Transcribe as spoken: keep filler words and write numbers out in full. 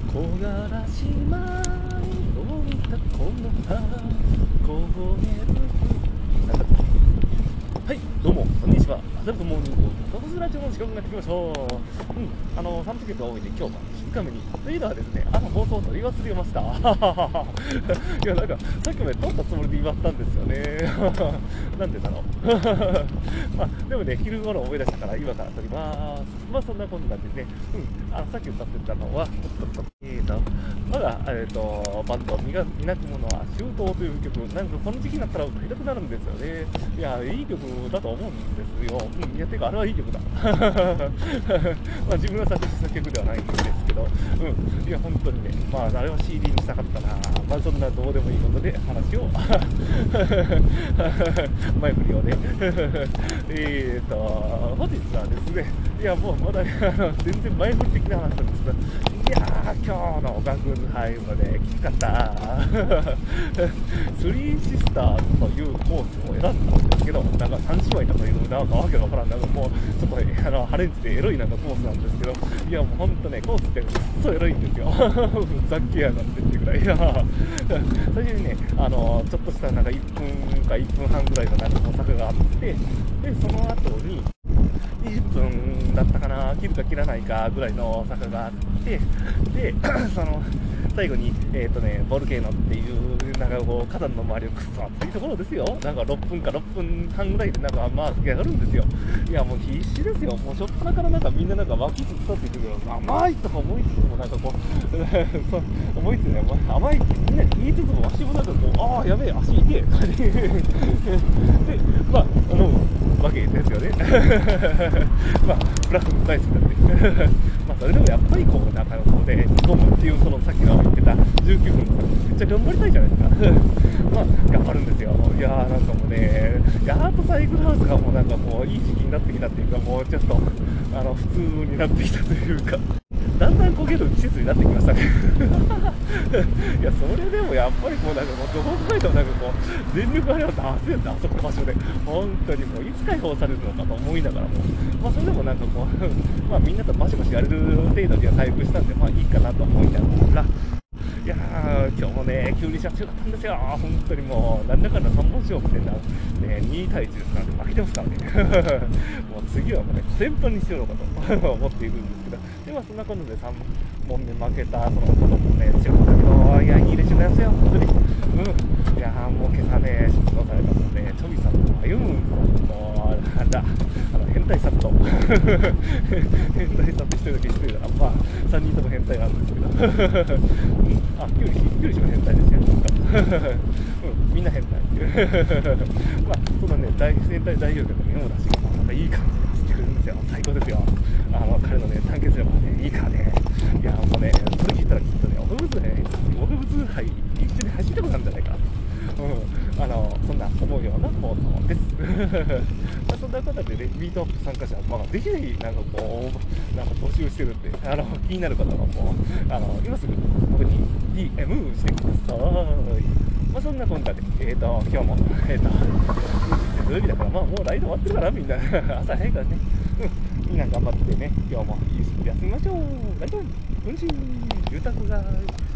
木枯らし舞い降りたこの葉凍えるなんだはい、どうも、こんにちは。アダルトモーニングトークスラジオの時間がやってきました。うん、あの、さんぷくが多いんで、今日は静かめに。というのはですね、あの放送を取り忘れました。いや、なんか、さっきまで撮ったつもりで祝ったんですよね。なんでだろう。まあ、でもね、昼頃思い出したから、今から撮ります。まあ、そんなこんなでね、うん、あのさっき歌ってたのは、えーと、我が、えーと、バンド、みがみなくものは、周到という曲、なんかこの時期になったら歌いたくなるんですよね。いや、いい曲だと思うんですよ。うん、いや、てか、あれはいい曲だ。まあ、自分が作詞した曲ではないんですけど、うん、いや、本当にね、まあ、あれは シーディー にしたかったな。まあ、そんなどうでもいいことで話を、前振りをね。えーと、本日はですね、いや、もうまだ、ね、あの全然前振り的な話なんですけど、いやー、今日の音楽杯もね、きつかった。スリーシスターズというコースを選んだんですけど、なんか三姉妹とかいう、なんかわけがわからん、なんかもう、ちょっとあのハレンチでエロいなんかコースなんですけど、いや、もうほんとね、コースってくっそエロいんですよ。ふざけやがってっていうぐらい。いや最初にね、あのちょっとしたなんかいっぷんかいっぷんはんぐらいのなんかこう坂があって、で、その後に、にじゅっぷんだったかな、切るか切らないかぐらいの坂があって、で、その最後に、えーとね、ボルケーノっていう、なんかこう、火山の周りをくっそ暑いところですよ、なんかろっぷんかろっぷんはんぐらいで、なんかまあ、出来上がるんですよ。いや、もう必死ですよ、もうしょっぱなからなんかみんななんか脇つったって言ってるけど、甘いとか思いつつも、なんかこう、そう思いつつね、甘いってみんなに言いつつも、足もなんかこう、ああ、やべえ、足痛えとかで、で、まあ、あの、わけですよね。まあ、ブラックも大好きなんで。まあ、それでもやっぱりこう、仲良そうで、ゴムっていうそのさっきの言ってたじゅうきゅうふんのさ、めっちゃ頑張りたいじゃないですか。まあ、頑張るんですよ。いやーなんかもうね、やっとサイクルハウスがもうなんかもういい時期になってきたっていうか、もうちょっと、あの、普通になってきたというか、だんだん焦げる季節になってきましたね。いや、それでもやっぱりこう、なんかもうどこかいとなんかこう、全力あれは出せんだ、あそこの場所で。本当にもういつ解放されるのかと思いながらも、まあそれでもなんかこう、まあみんなとバシバシやれる程度には回復したんで、まあいいかなと思いながら、いやー、今日もね、急にシャツ強かったんですよ、本当にもう、なんだかんださんぼん勝負でな、ね、にたいいちですからね、負けてますからね、もう次はもうね、先輩にしようかと思っているんですけど、でまあ、そんなことでさんぼんめ負けたそのこともね、強かったけど、いや、いい練習になりますよ、本当に。うん、いやー、もう今朝ね、出動されたのね、チョビさんとあゆむんさんと、なんだ、あの変態さんと、変態さんって一人だけ一人だな、まあ、さんにんとも変態なんですけど、うんあ、キュウリシ、キュウリシも変態ですよ。うん、みんな変態。まあ、そのね、大変態代表曲のメモ出しが、またいい感じで走ってくるんですよ。最高ですよ。あの、彼のね、団結力がね、いいからね。いや、もうね、それ聞いたらきっとね、オフブツね、オフブツ杯一緒に走ってくるんじゃないか。うん、あの、そんな思うような放送です。まあ、そんなことでね、ミートアップ参加者、まあ、ぜひぜひ、なんかこう、なんか募集してるんで、あの、気になる方はもう、あの、今すぐ僕に ディーエム してください。まあ、そんなこんなで、えーと、今日も、えーと、土曜日だから、まあ、もうライド終わってるから、みんな、朝早いからね、うん、みんな頑張ってね、今日もいい仕事休みましょう。ライド、うんち、住宅街。